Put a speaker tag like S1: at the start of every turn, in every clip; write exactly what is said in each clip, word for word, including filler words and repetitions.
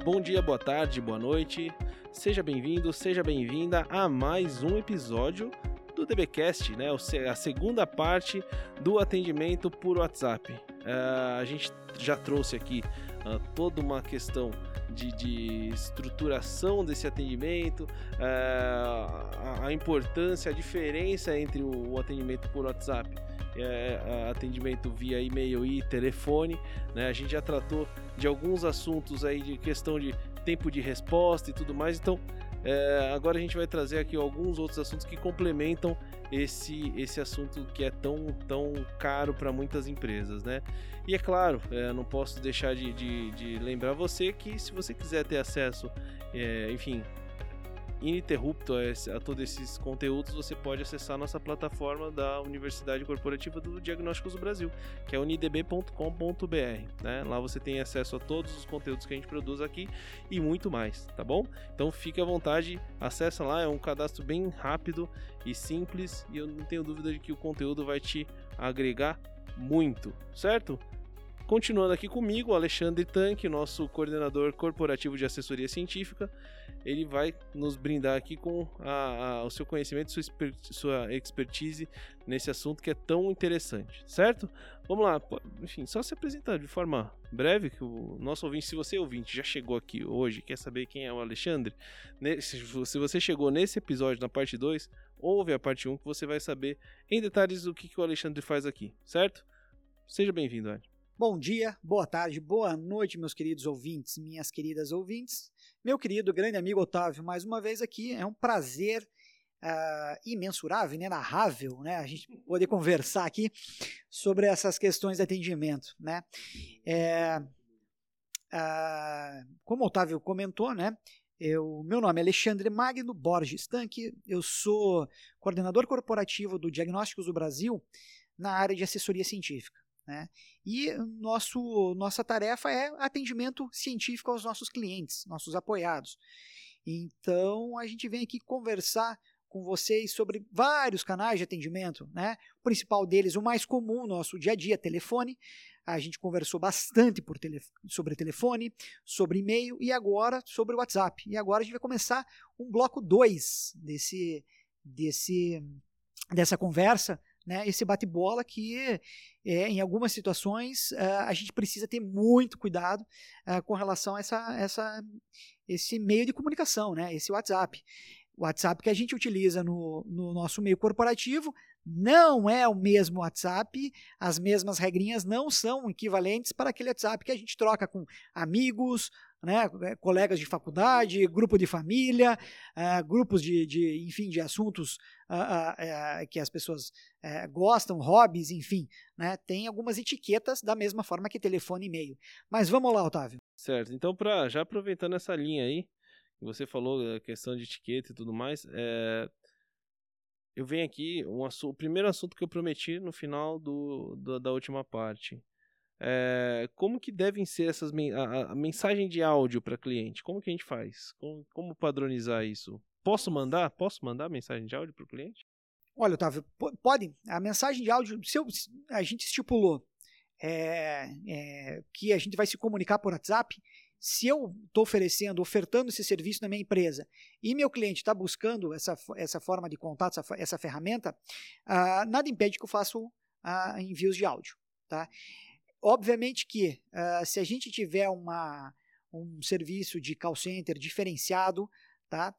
S1: Bom dia, boa tarde, boa noite. Seja bem-vindo, seja bem-vinda a mais um episódio do DBcast, né? A segunda parte do atendimento por WhatsApp. Uh, a gente já trouxe aqui uh, toda uma questão de, de estruturação desse atendimento, uh, a, a importância, a diferença entre o, o atendimento por WhatsApp, é, atendimento via e-mail e telefone, né? A gente já tratou de alguns assuntos aí de questão de tempo de resposta e tudo mais, então é, agora a gente vai trazer aqui alguns outros assuntos que complementam esse, esse assunto que é tão, tão caro para muitas empresas, né? E é claro, é, não posso deixar de, de, de lembrar você que se você quiser ter acesso, é, enfim, ininterrupto a, a todos esses conteúdos, você pode acessar a nossa plataforma da Universidade Corporativa do Diagnósticos do Brasil, que é unidb ponto com ponto br, né? Lá você tem acesso a todos os conteúdos que a gente produz aqui e muito mais, tá bom? Então fique à vontade, acessa lá, é um cadastro bem rápido e simples e eu não tenho dúvida de que o conteúdo vai te agregar muito, certo? Continuando aqui comigo, o Alexandre Tanque, nosso coordenador corporativo de assessoria científica, ele vai nos brindar aqui com a, a, o seu conhecimento, sua, exper, sua expertise nesse assunto que é tão interessante, certo? Vamos lá, enfim, só se apresentar de forma breve, que o nosso ouvinte, se você ouvinte já chegou aqui hoje, quer saber quem é o Alexandre, se você chegou nesse episódio, na parte dois, ouve a parte um que você vai saber em detalhes o que, que o Alexandre faz aqui, certo? Seja bem-vindo, Ed.
S2: Bom dia, boa tarde, boa noite, meus queridos ouvintes, minhas queridas ouvintes. Meu querido, grande amigo Otávio, mais uma vez aqui, é um prazer uh, imensurável, inenarrável, né, a gente poder conversar aqui sobre essas questões de atendimento, né. É, uh, como o Otávio comentou, né, eu, meu nome é Alexandre Magno Borges Tanque, eu sou coordenador corporativo do Diagnósticos do Brasil na área de assessoria científica. Né? E nosso, nossa tarefa é atendimento científico aos nossos clientes, nossos apoiados. Então, a gente vem aqui conversar com vocês sobre vários canais de atendimento, né? O principal deles, o mais comum, nosso dia a dia, telefone. A gente conversou bastante por tele, sobre telefone, sobre e-mail e agora sobre o WhatsApp. E agora a gente vai começar um bloco dois desse, desse, dessa conversa, né, esse bate-bola que é, em algumas situações uh, a gente precisa ter muito cuidado uh, com relação a essa, essa, esse meio de comunicação, né, esse WhatsApp. O WhatsApp que a gente utiliza no, no nosso meio corporativo não é o mesmo WhatsApp, as mesmas regrinhas não são equivalentes para aquele WhatsApp que a gente troca com amigos, né, colegas de faculdade, grupo de família, uh, grupos de, de, enfim, de assuntos uh, uh, uh, que as pessoas uh, gostam, hobbies, enfim, né, tem algumas etiquetas da mesma forma que telefone e e-mail. Mas vamos lá, Otávio.
S1: Certo, então pra, já aproveitando essa linha aí, que você falou a questão de etiqueta e tudo mais, é... eu venho aqui, um assunto, o primeiro assunto que eu prometi no final do, do, da última parte. É, como que devem ser essas a, a mensagem de áudio para cliente? Como que a gente faz? Como, como padronizar isso? Posso mandar? Posso mandar mensagem de áudio para o cliente?
S2: Olha, Otávio, pode. A mensagem de áudio, se eu, a gente estipulou é, é, que a gente vai se comunicar por WhatsApp. Se eu estou oferecendo, ofertando esse serviço na minha empresa e meu cliente está buscando essa, essa forma de contato, essa, essa ferramenta, ah, nada impede que eu faça ah, envios de áudio, tá? Obviamente que uh, se a gente tiver uma, um serviço de call center diferenciado, tá?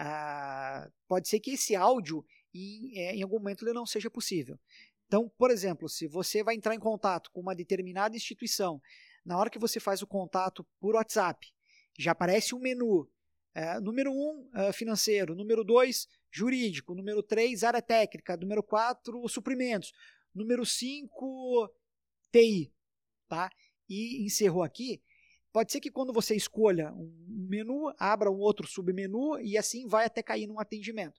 S2: Uh, pode ser que esse áudio em, em algum momento ele não seja possível. Então, por exemplo, se você vai entrar em contato com uma determinada instituição, na hora que você faz o contato por WhatsApp, já aparece um menu. Uh, número um, uh, financeiro. Número dois, jurídico. Número três, área técnica. Número quatro, suprimentos. Número cinco, T I. Tá? E encerrou aqui. Pode ser que quando você escolha um menu, abra um outro submenu e assim vai até cair num atendimento.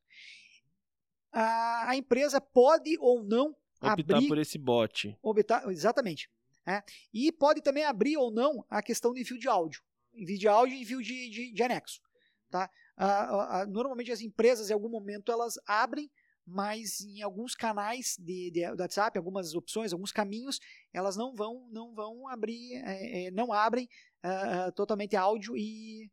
S2: A, a empresa pode ou não
S1: optar
S2: abrir...
S1: por esse bot.
S2: Optar, exatamente. É, e pode também abrir ou não a questão de envio de áudio. Envio de áudio e envio de, de, de anexo. Tá? A, a, a, normalmente as empresas, em algum momento, elas abrem mas em alguns canais de, de, do WhatsApp, algumas opções, alguns caminhos, elas não vão, não vão abrir, é, é, não abrem uh, totalmente áudio e,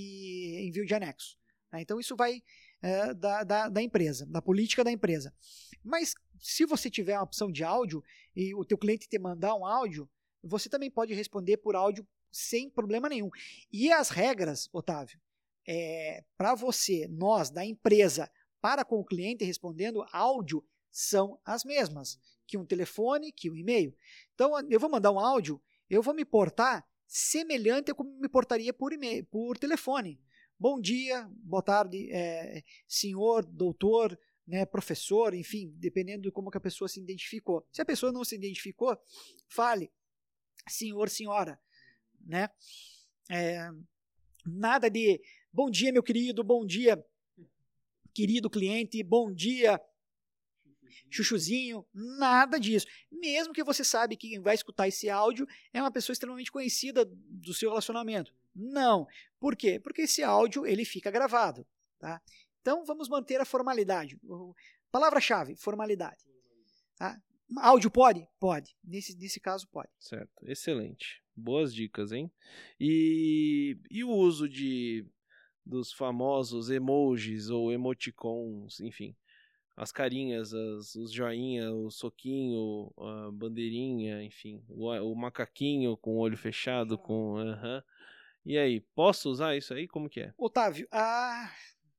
S2: e envio de anexo. Né? Então isso vai uh, da, da, da empresa, da política da empresa. Mas se você tiver uma opção de áudio e o teu cliente te mandar um áudio, você também pode responder por áudio sem problema nenhum. E as regras, Otávio, é, para você, nós, da empresa, para com o cliente respondendo áudio, são as mesmas que um telefone, que um e-mail. Então, eu vou mandar um áudio, eu vou me portar semelhante a como me portaria por e-mail, por telefone. Bom dia, boa tarde, é, senhor, doutor, né, professor, enfim, dependendo de como que a pessoa se identificou. Se a pessoa não se identificou, fale senhor, senhora, né? É, nada de bom dia, meu querido, bom dia, querido cliente, bom dia, chuchuzinho, nada disso. Mesmo que você sabe que quem vai escutar esse áudio é uma pessoa extremamente conhecida do seu relacionamento. Não. Por quê? Porque esse áudio ele fica gravado. Tá? Então vamos manter a formalidade. Palavra-chave, formalidade. Tá? Áudio pode? Pode. Nesse, nesse caso pode.
S1: Certo, excelente. Boas dicas, hein? E, e o uso de dos famosos emojis ou emoticons, enfim, as carinhas, as, os joinha, o soquinho, a bandeirinha, enfim, o, o macaquinho com o olho fechado, com... Uh-huh. E aí, posso usar isso aí? Como que é?
S2: Otávio, a...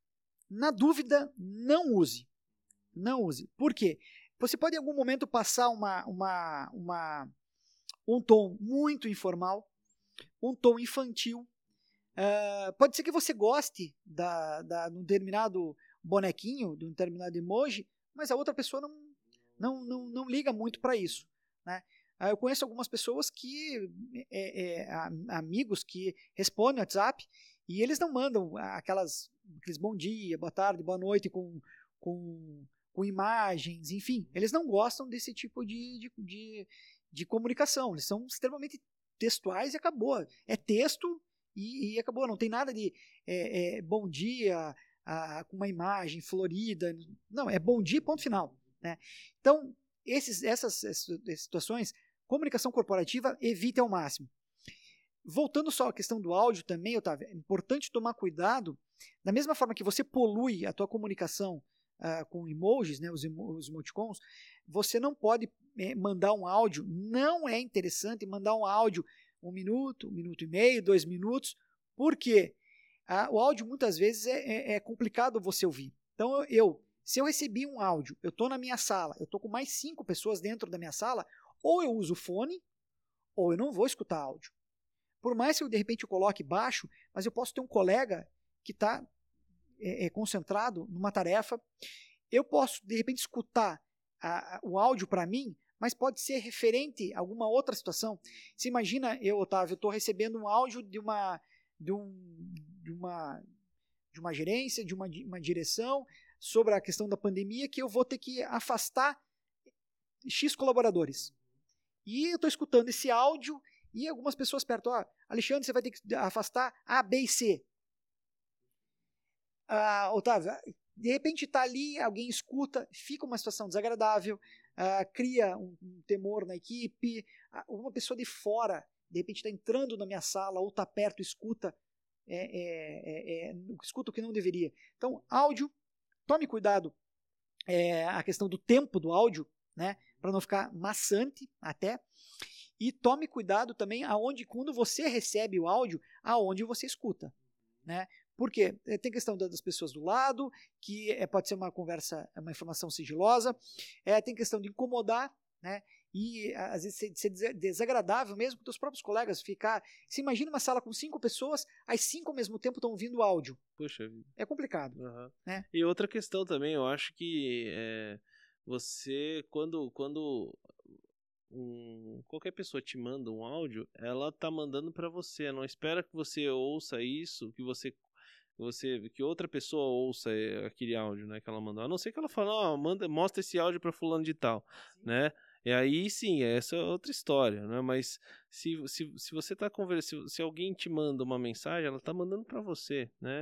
S2: na dúvida, não use. Não use. Por quê? Você pode em algum momento passar uma, uma, uma, um tom muito informal, um tom infantil. Uh, pode ser que você goste da, da, de um determinado bonequinho, de um determinado emoji, mas a outra pessoa não, não, não, não liga muito para isso. Né? Uh, eu conheço algumas pessoas que, é, é, amigos que respondem no WhatsApp e eles não mandam aquelas, aqueles bom dia, boa tarde, boa noite com, com, com imagens, enfim, eles não gostam desse tipo de, de, de, de comunicação, eles são extremamente textuais e acabou. É texto e, e acabou, não tem nada de é, é, bom dia a, com uma imagem florida, não, é bom dia ponto final. Né? Então, esses, essas, essas situações, comunicação corporativa, evite ao máximo. Voltando só à questão do áudio também, Otávio, é importante tomar cuidado, da mesma forma que você polui a tua comunicação uh, com emojis, né, os, emo os emoticons, você não pode é, mandar um áudio, não é interessante mandar um áudio um minuto, um minuto e meio, dois minutos, porque ah, o áudio muitas vezes é, é, é complicado você ouvir. Então eu, se eu recebi um áudio, eu estou na minha sala, eu estou com mais cinco pessoas dentro da minha sala, ou eu uso fone, ou eu não vou escutar áudio. Por mais que eu de repente eu coloque baixo, mas eu posso ter um colega que está é, é, concentrado numa tarefa, eu posso de repente escutar a, a, o áudio para mim, mas pode ser referente a alguma outra situação. Você imagina eu, Otávio, estou recebendo um áudio de uma, de, um, de, uma, de uma gerência, de uma, de uma direção, sobre a questão da pandemia, que eu vou ter que afastar X colaboradores. E eu estou escutando esse áudio e algumas pessoas perto, ó, Alexandre, você vai ter que afastar A, B e C. Ah, Otávio, de repente está ali, alguém escuta, fica uma situação desagradável, Uh, cria um, um temor na equipe, uh, uma pessoa de fora, de repente está entrando na minha sala ou está perto, escuta, é, é, é, é, escuta o que não deveria. Então, áudio, tome cuidado é, a questão do tempo do áudio, né, para não ficar maçante até, e tome cuidado também aonde, quando você recebe o áudio, aonde você escuta, né? Porque tem questão das pessoas do lado, que é, pode ser uma conversa, uma informação sigilosa, é, tem questão de incomodar, né? E às vezes ser, ser desagradável mesmo com os próprios colegas, ficar... Se imagina uma sala com cinco pessoas, as cinco ao mesmo tempo estão ouvindo o áudio.
S1: Puxa vida.
S2: É complicado.
S1: Uhum.
S2: Né?
S1: E outra questão também, eu acho que é, você, quando... quando... Um, qualquer pessoa te manda um áudio, ela tá mandando para você, não espera que você ouça isso, que você você que outra pessoa ouça aquele áudio, né, que ela mandou. A não ser que ela fale, ó, oh, manda, mostra esse áudio para fulano de tal, sim. Né? E aí sim, essa é outra história, né? Mas se, se, se você tá conversando, se, se alguém te manda uma mensagem, ela tá mandando para você, né?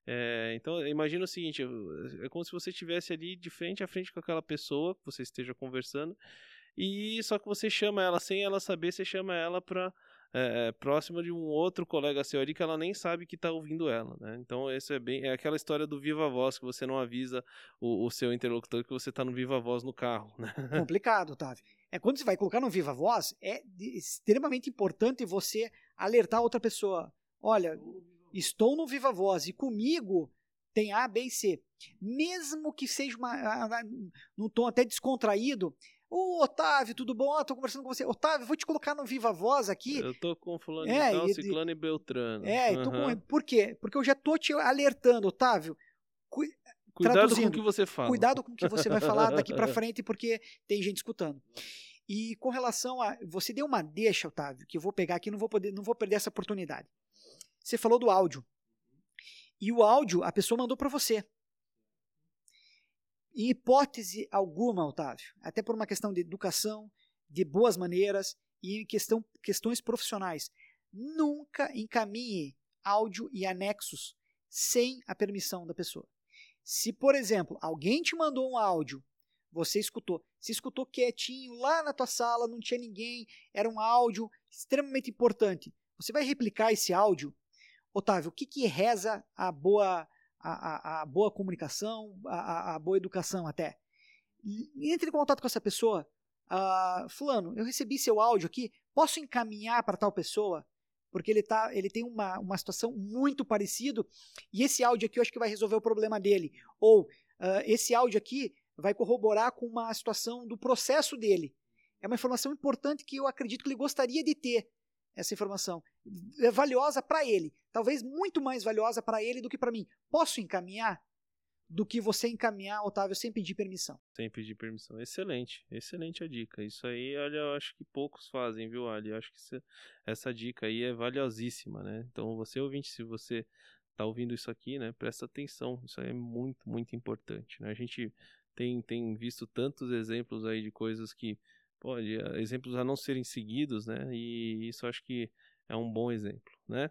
S1: É, então, imagina o seguinte, é como se você estivesse ali de frente a frente com aquela pessoa que você esteja conversando, e só que você chama ela, sem ela saber, você chama ela para é, próxima de um outro colega seu ali que ela nem sabe que está ouvindo ela, né? Então, isso é bem, é aquela história do viva voz, que você não avisa o, o seu interlocutor que você está no viva voz no carro, né?
S2: Complicado, Otávio. É quando você vai colocar no viva voz, é extremamente importante você alertar a outra pessoa. Olha, estou no viva voz e comigo tem A, B e C. Mesmo que seja uma, num tom até descontraído. Ô, Otávio, tudo bom? Ah, tô conversando com você. Otávio, vou te colocar no viva voz aqui.
S1: Eu tô com fulano
S2: é,
S1: e tal,
S2: e,
S1: ciclano e beltrano.
S2: É,
S1: uhum.
S2: tô com... por quê? Porque eu já tô te alertando, Otávio. Cu...
S1: Cuidado com o que você fala.
S2: Cuidado com o que você vai falar daqui para frente, porque tem gente escutando. E com relação a... Você deu uma deixa, Otávio, que eu vou pegar aqui, não vou, poder, não vou perder essa oportunidade. Você falou do áudio. E o áudio, a pessoa mandou para você. Em hipótese alguma, Otávio, até por uma questão de educação, de boas maneiras e em questão, questões profissionais, nunca encaminhe áudio e anexos sem a permissão da pessoa. Se, por exemplo, alguém te mandou um áudio, você escutou, se escutou quietinho lá na tua sala, não tinha ninguém, era um áudio extremamente importante, você vai replicar esse áudio? Otávio, o que, que reza a boa, a, a, a boa comunicação, a, a boa educação até? Entre em contato com essa pessoa. Uh, fulano, eu recebi seu áudio aqui, posso encaminhar para tal pessoa? Porque ele, tá, ele tem uma, uma situação muito parecida e esse áudio aqui eu acho que vai resolver o problema dele. Ou uh, esse áudio aqui vai corroborar com uma situação do processo dele. É uma informação importante que eu acredito que ele gostaria de ter. Essa informação é valiosa para ele, talvez muito mais valiosa para ele do que para mim. Posso encaminhar? Do que você encaminhar, Otávio, sem pedir permissão.
S1: Sem pedir permissão. Excelente, excelente a dica. Isso aí, olha, eu acho que poucos fazem, viu, Ali? Eu acho que essa, essa dica aí é valiosíssima, né? Então, você ouvinte, se você tá ouvindo isso aqui, né, presta atenção. Isso aí é muito, muito importante, né? A gente tem, tem visto tantos exemplos aí de coisas que pode, exemplos a não serem seguidos, né? E isso acho que é um bom exemplo, né?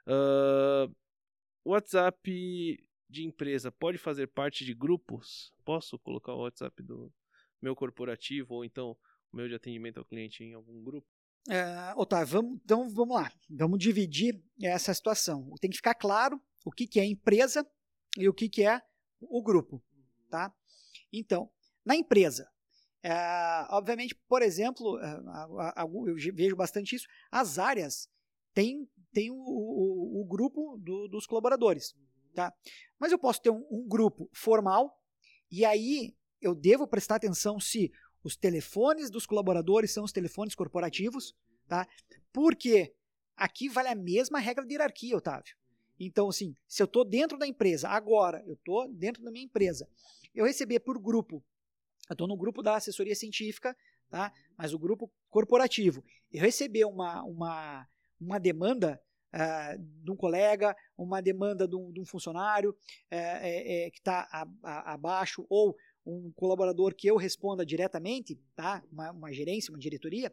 S1: Uh, WhatsApp de empresa pode fazer parte de grupos? Posso colocar o WhatsApp do meu corporativo ou então o meu de atendimento ao cliente em algum grupo?
S2: É, Otávio, vamos, então vamos lá. Vamos dividir essa situação. Tem que ficar claro o que, que é empresa e o que, que é o grupo, tá? Então, na empresa, É, obviamente, por exemplo, eu vejo bastante isso, as áreas têm, têm o, o, o grupo do, dos colaboradores, tá? Mas eu posso ter um, um grupo formal e aí eu devo prestar atenção se os telefones dos colaboradores são os telefones corporativos, tá? Porque aqui vale a mesma regra de hierarquia, Otávio. Então, assim, se eu estou dentro da empresa, agora eu estou dentro da minha empresa, eu receber por grupo, eu estou no grupo da assessoria científica, tá? Mas o grupo corporativo. Eu receber uma, uma, uma demanda uh, de um colega, uma demanda de um, de um funcionário uh, é, é, que está abaixo, ou um colaborador que eu responda diretamente, tá? Uma, uma gerência, uma diretoria,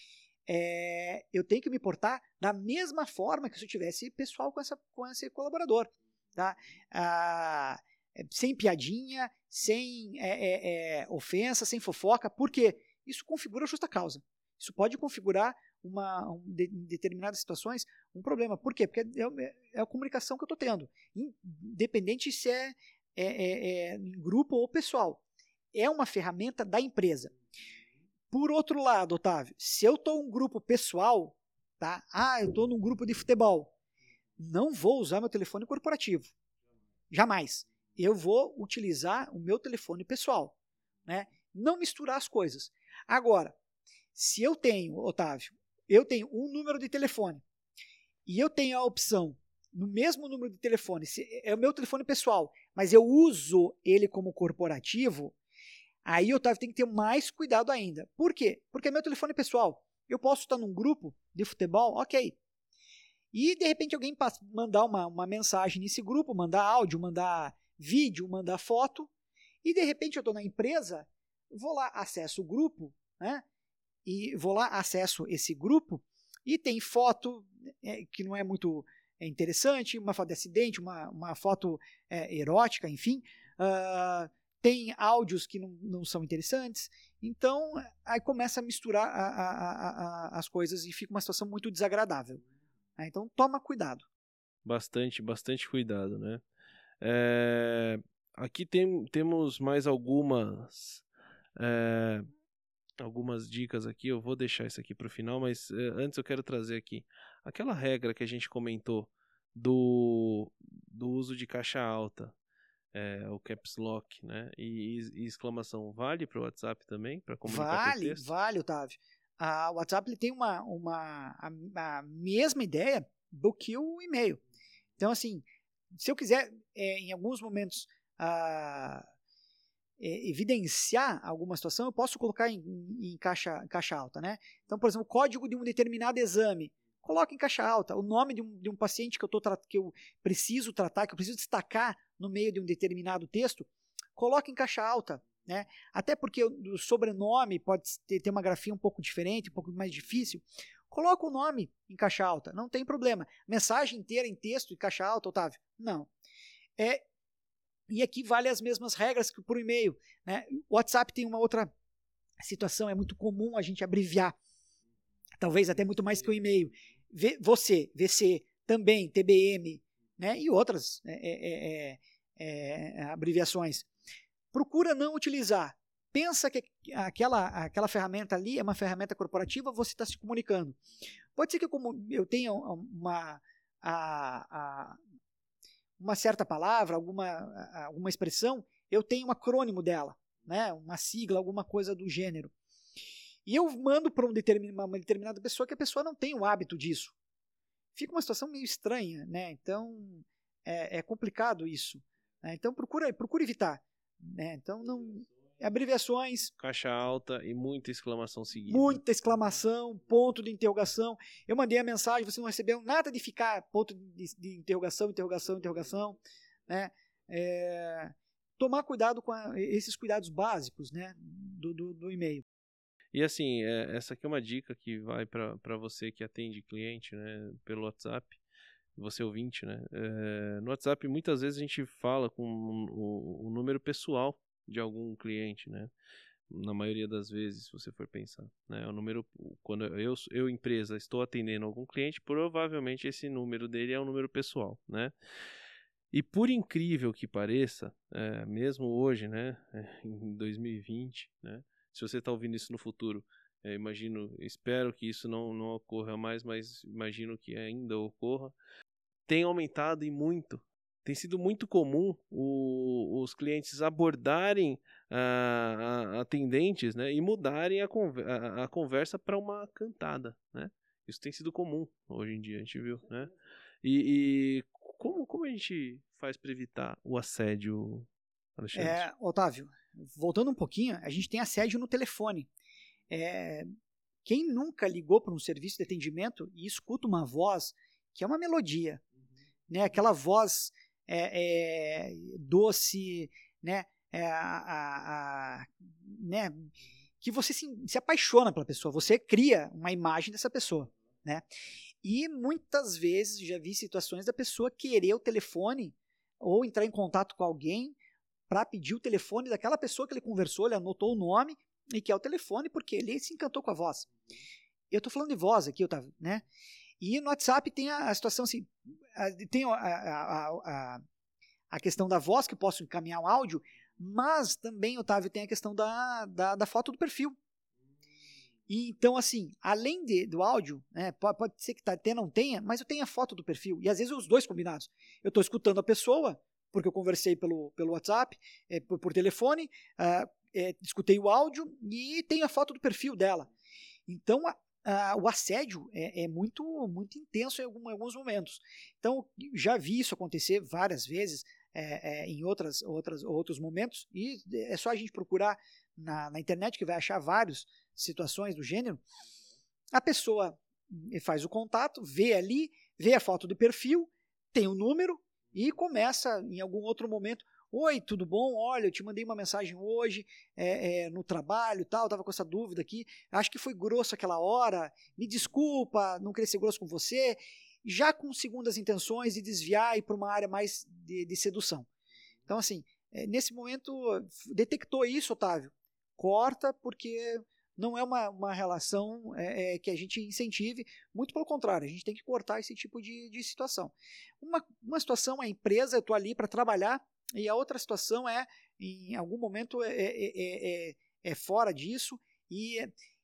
S2: é, eu tenho que me portar da mesma forma que se eu tivesse pessoal com, essa, com esse colaborador. Tá? Ah, sem piadinha, sem é, é, é, ofensa, sem fofoca, porque isso configura justa causa. Isso pode configurar uma, um, de, em determinadas situações um problema. Por quê? Porque é, é a comunicação que eu estou tendo, independente se é, é, é, é em grupo ou pessoal. É uma ferramenta da empresa. Por outro lado, Otávio, se eu estou em um grupo pessoal, tá? Ah, eu estou num grupo de futebol, não vou usar meu telefone corporativo. Jamais. Eu vou utilizar o meu telefone pessoal, né? Não misturar as coisas. Agora, se eu tenho, Otávio, eu tenho um número de telefone e eu tenho a opção no mesmo número de telefone, se é o meu telefone pessoal, mas eu uso ele como corporativo, aí, Otávio, tem que ter mais cuidado ainda. Por quê? Porque é meu telefone pessoal. Eu posso estar num grupo de futebol, ok. E, de repente, alguém mandar uma, uma mensagem nesse grupo, mandar áudio, mandar vídeo, mandar foto, e, de repente, eu estou na empresa, vou lá, acesso o grupo, né? E vou lá, acesso esse grupo, e tem foto é, que não é muito é interessante, uma foto de acidente, uma, uma foto é, erótica, enfim. Uh, tem áudios que não, não são interessantes. Então, aí começa a misturar a, a, a, a, as coisas e fica uma situação muito desagradável. Então, toma cuidado.
S1: Bastante, bastante cuidado, né? É, aqui tem, temos mais algumas é, algumas dicas aqui. Eu vou deixar isso aqui para o final, mas é, antes eu quero trazer aqui aquela regra que a gente comentou do, do uso de caixa alta, é, o caps lock, né? E, e exclamação, vale para o WhatsApp também, para comunicar
S2: vale,
S1: por texto?
S2: Vale, Otávio. A, o WhatsApp ele tem uma, uma, a, a mesma ideia do que o e-mail. Então, assim, se eu quiser, é, em alguns momentos, a, é, evidenciar alguma situação, eu posso colocar em, em, caixa, caixa alta, né? Então, por exemplo, o código de um determinado exame, coloca em caixa alta. O nome de um, de um paciente que eu, tô, que eu preciso tratar, que eu preciso destacar no meio de um determinado texto, coloca em caixa alta. Né? Até porque o sobrenome pode ter, ter uma grafia um pouco diferente, um pouco mais difícil. Coloca o nome em caixa alta, não tem problema. Mensagem inteira em texto em caixa alta, Otávio? Não. É, e aqui vale as mesmas regras que por e-mail. Né? O WhatsApp tem uma outra situação, é muito comum a gente abreviar. Talvez até muito mais que o e-mail. Você, V C, também, T B M, né? E outras é, é, é, é, abreviações. Procura não utilizar. Pensa que aquela, aquela ferramenta ali é uma ferramenta corporativa, você está se comunicando. Pode ser que eu, como eu tenha uma, a, a, uma certa palavra, alguma, alguma expressão, eu tenho um acrônimo dela, né? Uma sigla, alguma coisa do gênero. E eu mando para um determin, uma determinada pessoa que a pessoa não tem o hábito disso. Fica uma situação meio estranha, né? Então é, é complicado isso. Né? Então procura, procura evitar. Né? Então não abreviações,
S1: caixa alta e muita exclamação seguida,
S2: muita exclamação, ponto de interrogação. Eu mandei a mensagem, você não recebeu nada de ficar ponto de, de interrogação, interrogação, interrogação, né? É, tomar cuidado com a, esses cuidados básicos, né? do, do, do e-mail.
S1: E assim, é, essa aqui é uma dica que vai para você que atende cliente, né, pelo WhatsApp. Você ouvinte, né? É, no WhatsApp muitas vezes a gente fala com o, o número pessoal de algum cliente, né? Na maioria das vezes, se você for pensar, né? O número, quando eu, eu empresa estou atendendo algum cliente, provavelmente esse número dele é um número pessoal, né? E por incrível que pareça, é, mesmo hoje, né? Em dois mil e vinte, né? Se você está ouvindo isso no futuro, eu imagino, espero que isso não, não ocorra mais, mas imagino que ainda ocorra. Tem aumentado e muito. Tem sido muito comum o, os clientes abordarem a, a, atendentes, né, e mudarem a, a, a conversa para uma cantada. Né? Isso tem sido comum hoje em dia, a gente viu. Né? E, e como, como a gente faz para evitar o assédio, Alexandre?
S2: É, Otávio, voltando um pouquinho, a gente tem assédio no telefone. É, quem nunca ligou para um serviço de atendimento e escuta uma voz que é uma melodia, né? Aquela voz é, é, doce, né? É, a, a, a, né? Que você se, se apaixona pela pessoa, você cria uma imagem dessa pessoa, né? E muitas vezes já vi situações da pessoa querer o telefone ou entrar em contato com alguém para pedir o telefone daquela pessoa que ele conversou, ele anotou o nome e quer o telefone porque ele se encantou com a voz. Eu estou falando de voz aqui, Otávio, né? E no WhatsApp tem a, a situação assim, a, tem a, a, a, a questão da voz, que eu posso encaminhar um áudio, mas também, Otávio, tem a questão da, da, da foto do perfil. E, então, assim, além de, do áudio, né, pode, pode ser que até não tenha, mas eu tenho a foto do perfil, e às vezes os dois combinados. Eu estou escutando a pessoa, porque eu conversei pelo, pelo WhatsApp, é, por, por telefone, uh, é, escutei o áudio e tenho a foto do perfil dela. Então, a, a, o assédio é, é muito, muito intenso em, algum, em alguns momentos. Então, já vi isso acontecer várias vezes é, é, em outras, outras, outros momentos, e é só a gente procurar na, na internet que vai achar várias situações do gênero. A pessoa faz o contato, vê ali, vê a foto do perfil, tem o número, e começa em algum outro momento: oi, tudo bom? Olha, eu te mandei uma mensagem hoje é, é, no trabalho, tal, estava com essa dúvida aqui, acho que foi grosso aquela hora, me desculpa, não queria ser grosso com você. já com segundas intenções de desviar e ir para uma área mais de, de sedução. Então, assim, é, nesse momento, detectou isso, Otávio, corta, porque não é uma, uma relação é, é, que a gente incentive, muito pelo contrário, a gente tem que cortar esse tipo de, de situação. Uma, uma situação é a empresa, eu estou ali para trabalhar, e a outra situação é, em algum momento, é, é, é, é fora disso, e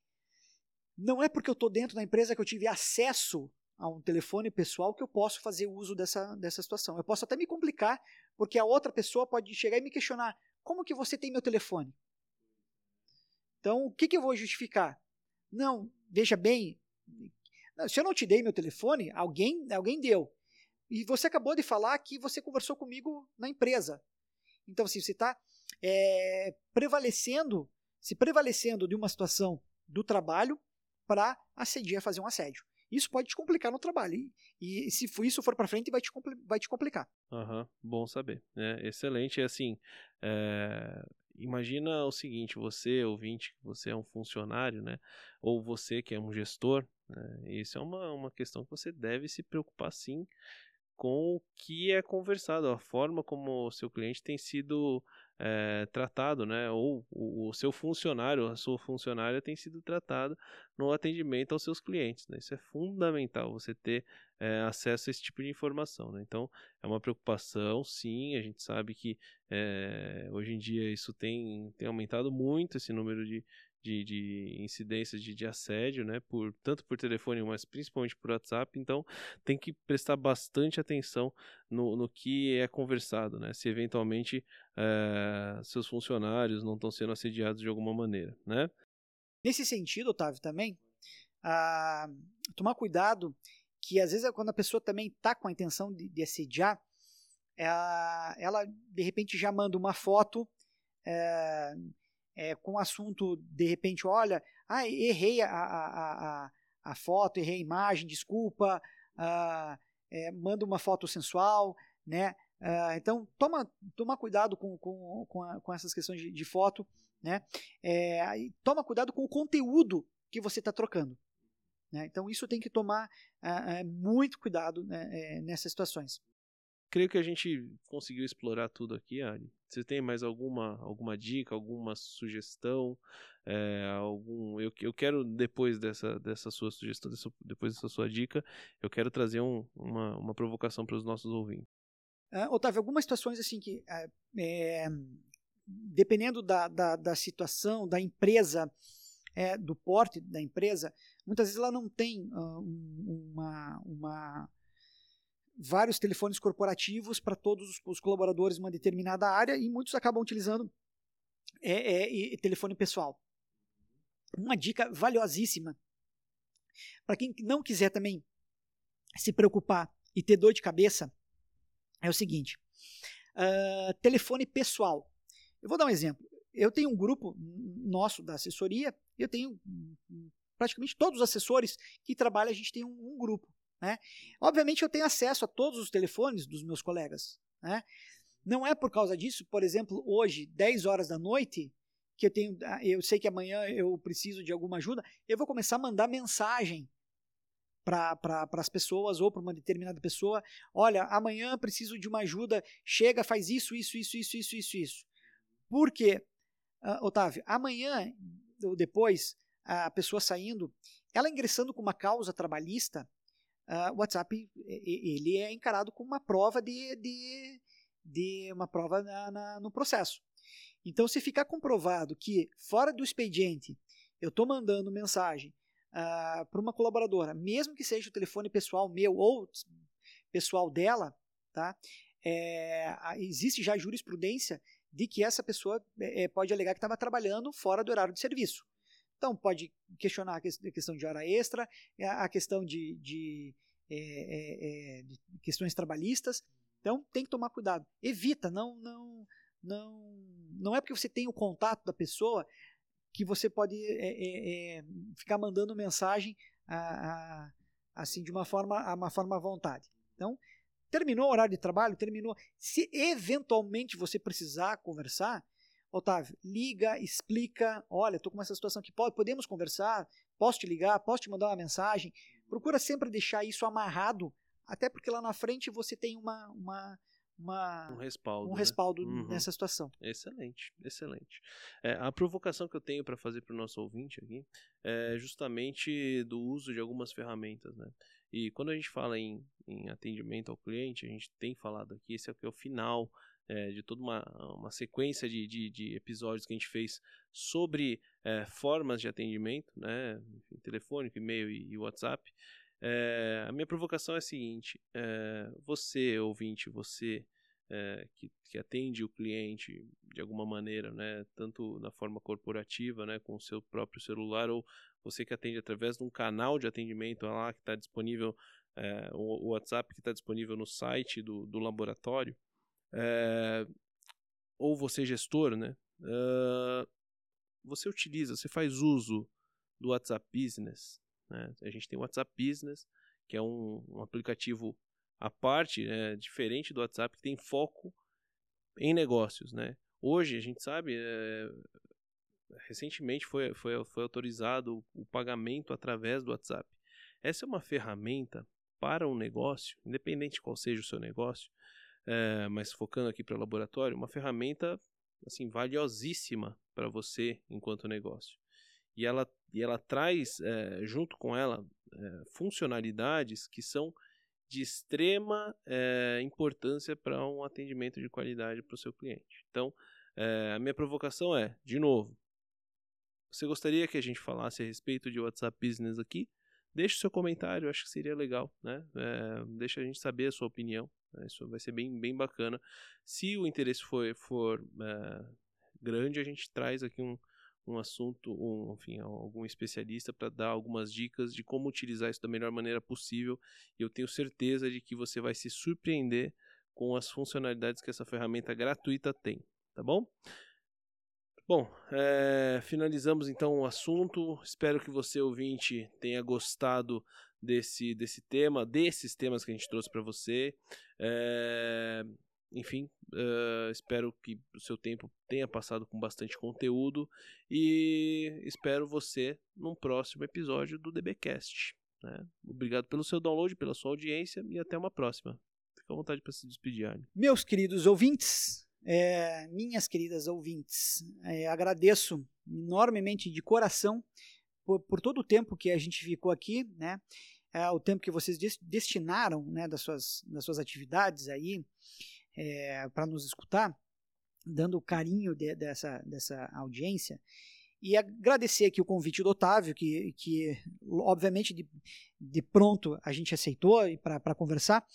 S2: não é porque eu estou dentro da empresa que eu tive acesso a um telefone pessoal que eu posso fazer uso dessa, dessa situação. Eu posso até me complicar, porque a outra pessoa pode chegar e me questionar, como que você tem meu telefone? Então, o que, que eu vou justificar? Não, veja bem, se eu não te dei meu telefone, alguém, alguém deu. E você acabou de falar que você conversou comigo na empresa. Então, assim, você está é, prevalecendo, se prevalecendo de uma situação do trabalho para assediar, fazer um assédio. Isso pode te complicar no trabalho. E, e se isso for para frente, vai te, vai te complicar.
S1: Uhum, bom saber. É, excelente. É assim, é, imagina o seguinte, você, ouvinte, você é um funcionário, né? Ou você que é um gestor, né? Isso é uma, uma questão que você deve se preocupar, sim, com o que é conversado, a forma como o seu cliente tem sido é, tratado, né? Ou o, o seu funcionário, a sua funcionária tem sido tratada no atendimento aos seus clientes, né? Isso é fundamental, você ter é, acesso a esse tipo de informação, né? Então, é uma preocupação, sim, a gente sabe que é, hoje em dia isso tem, tem aumentado muito, esse número de De, de incidências de, de assédio, né, por, tanto por telefone, mas principalmente por WhatsApp, então tem que prestar bastante atenção no, no que é conversado, né, se eventualmente é, seus funcionários não estão sendo assediados de alguma maneira, né.
S2: Nesse sentido, Otávio, também, ah, tomar cuidado que às vezes quando a pessoa também está com a intenção de, de assediar, ela, ela de repente já manda uma foto é, É, com o assunto, de repente, olha, ah, errei a, a, a, a foto, errei a imagem, desculpa, ah, é, manda uma foto sensual, né? Ah, então, toma, toma cuidado com, com, com, a, com essas questões de, de foto, né? É, e toma cuidado com o conteúdo que você está trocando. Né? Então, isso tem que tomar ah, muito cuidado, né, é, nessas situações.
S1: Creio que a gente conseguiu explorar tudo aqui, Ari. Você tem mais alguma, alguma dica, alguma sugestão? É, algum, eu, eu quero, depois dessa, dessa sua sugestão, dessa, depois dessa sua dica, eu quero trazer um, uma, uma provocação para os nossos ouvintes.
S2: Uh, Otávio, algumas situações assim que, uh, é, dependendo da, da, da situação, da empresa, é, do porte da empresa, muitas vezes ela não tem uh, uma... uma vários telefones corporativos para todos os, os colaboradores de uma determinada área e muitos acabam utilizando é, é, é, telefone pessoal. Uma dica valiosíssima para quem não quiser também se preocupar e ter dor de cabeça é o seguinte, uh, telefone pessoal. Eu vou dar um exemplo. Eu tenho um grupo nosso da assessoria, eu tenho praticamente todos os assessores que trabalham, a gente tem um, um grupo. Né? Obviamente eu tenho acesso a todos os telefones dos meus colegas. Né? Não é por causa disso, por exemplo, hoje, dez horas da noite, que eu tenho, eu sei que amanhã eu preciso de alguma ajuda, eu vou começar a mandar mensagem para pra, as pessoas ou para uma determinada pessoa, olha, amanhã preciso de uma ajuda, chega, faz isso, isso, isso, isso, isso, isso, isso. Por quê, uh, Otávio? Amanhã ou depois, a pessoa saindo, ela ingressando com uma causa trabalhista, Uh, o WhatsApp ele é encarado como uma prova de, de, de uma prova na, na, no processo. Então, se ficar comprovado que fora do expediente eu estou mandando mensagem uh, para uma colaboradora, mesmo que seja o telefone pessoal meu ou pessoal dela, tá? É, existe já jurisprudência de que essa pessoa é, pode alegar que estava trabalhando fora do horário de serviço. Então, pode questionar a questão de hora extra, a questão de, de, é, é, de questões trabalhistas. Então, tem que tomar cuidado. Evita, não, não, não, não é porque você tem o contato da pessoa que você pode é, é, ficar mandando mensagem a, a, assim de uma forma, a uma forma à vontade. Então, terminou o horário de trabalho, terminou. Se eventualmente você precisar conversar, Otávio, liga, explica, olha, estou com essa situação aqui, podemos conversar, posso te ligar, posso te mandar uma mensagem. Procura sempre deixar isso amarrado Até porque lá na frente você tem uma, uma, uma
S1: um respaldo,
S2: um
S1: né?
S2: respaldo
S1: Uhum.
S2: nessa situação.
S1: Excelente, excelente. É, a provocação que eu tenho para fazer para o nosso ouvinte aqui é justamente do uso de algumas ferramentas, né? E quando a gente fala em, em atendimento ao cliente, a gente tem falado aqui, esse aqui é o final é, de toda uma, uma sequência de, de, de episódios que a gente fez sobre é, formas de atendimento, né? Enfim, telefônico, e-mail e, e WhatsApp. É, a minha provocação é a seguinte, é, você, ouvinte, você é, que, que atende o cliente de alguma maneira, né, tanto na forma corporativa, né, com o seu próprio celular, ou você que atende através de um canal de atendimento lá que está disponível, é, o, o WhatsApp que está disponível no site do, do laboratório, é, ou você gestor, né, é, você utiliza, você faz uso do WhatsApp Business, né? A gente tem o WhatsApp Business, que é um, um aplicativo à parte, né, diferente do WhatsApp, que tem foco em negócios, né? Hoje, a gente sabe, é, recentemente foi, foi, foi autorizado o pagamento através do WhatsApp. Essa é uma ferramenta para um negócio, independente de qual seja o seu negócio, é, mas focando aqui para o laboratório, uma ferramenta assim, valiosíssima para você enquanto negócio. E ela, e ela traz, é, junto com ela, é, funcionalidades que são de extrema é, importância para um atendimento de qualidade para o seu cliente. Então, é, a minha provocação é, de novo, você gostaria que a gente falasse a respeito de WhatsApp Business aqui? Deixe o seu comentário, acho que seria legal, né? É, deixa a gente saber a sua opinião, né? Isso vai ser bem, bem bacana. Se o interesse for, for é, grande, a gente traz aqui um um assunto, um, enfim, algum especialista para dar algumas dicas de como utilizar isso da melhor maneira possível, e eu tenho certeza de que você vai se surpreender com as funcionalidades que essa ferramenta gratuita tem, tá bom? Bom, é, finalizamos então o assunto, espero que você, ouvinte, tenha gostado desse, desse tema, desses temas que a gente trouxe para você, é... Enfim, uh, espero que o seu tempo tenha passado com bastante conteúdo e espero você num próximo episódio do DBcast, né? Obrigado pelo seu download, pela sua audiência e até uma próxima. Fica à vontade para se despedir, Arne.
S2: Meus queridos ouvintes, é, minhas queridas ouvintes, é, agradeço enormemente de coração por, por todo o tempo que a gente ficou aqui, né? É, o tempo que vocês destinaram, né, das suas, das suas atividades aí, É, para nos escutar, dando o carinho de, dessa, dessa audiência, e agradecer aqui o convite do Otávio, que, que obviamente de, de pronto a gente aceitou para conversar,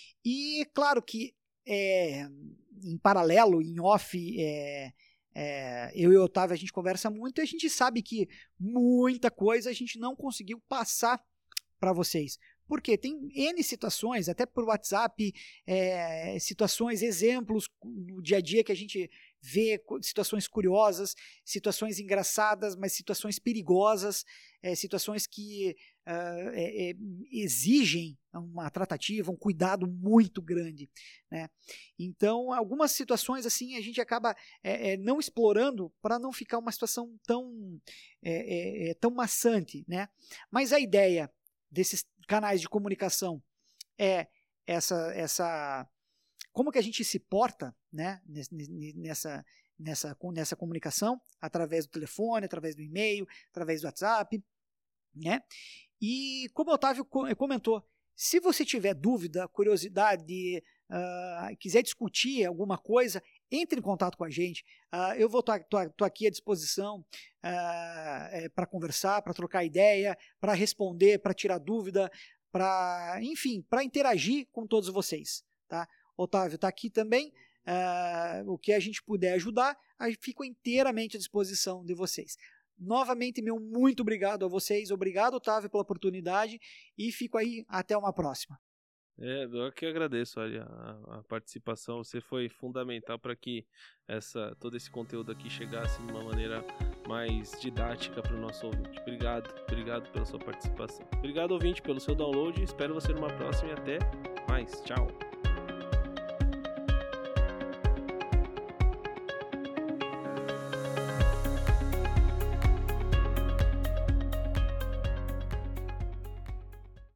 S2: e claro que é, em paralelo, em off, é, é, eu e o Otávio a gente conversa muito e a gente sabe que muita coisa a gente não conseguiu passar para vocês. Porque tem N situações, até por WhatsApp, é, situações, exemplos no dia a dia que a gente vê, situações curiosas, situações engraçadas, mas situações perigosas, é, situações que uh, é, é, exigem uma tratativa, um cuidado muito grande, né? Então, algumas situações assim a gente acaba é, é, não explorando para não ficar uma situação tão, é, é, tão maçante, né? Mas a ideia desses canais de comunicação é essa, essa como que a gente se porta, né, nessa, nessa, nessa comunicação, através do telefone, através do e-mail, através do WhatsApp, né? E como o Otávio comentou, se você tiver dúvida, curiosidade, uh, quiser discutir alguma coisa, entre em contato com a gente. Uh, eu vou estou aqui à disposição uh, é, para conversar, para trocar ideia, para responder, para tirar dúvida, para, enfim, para interagir com todos vocês, tá? Otávio está aqui também. Uh, o que a gente puder ajudar, a gente fica inteiramente à disposição de vocês. Novamente, meu muito obrigado a vocês. Obrigado, Otávio, pela oportunidade e fico aí até uma próxima.
S1: É, eu que agradeço, olha, a, a participação, você foi fundamental para que essa, todo esse conteúdo aqui chegasse de uma maneira mais didática para o nosso ouvinte. Obrigado, obrigado pela sua participação. Obrigado, ouvinte, pelo seu download, espero você numa próxima e até mais. Tchau!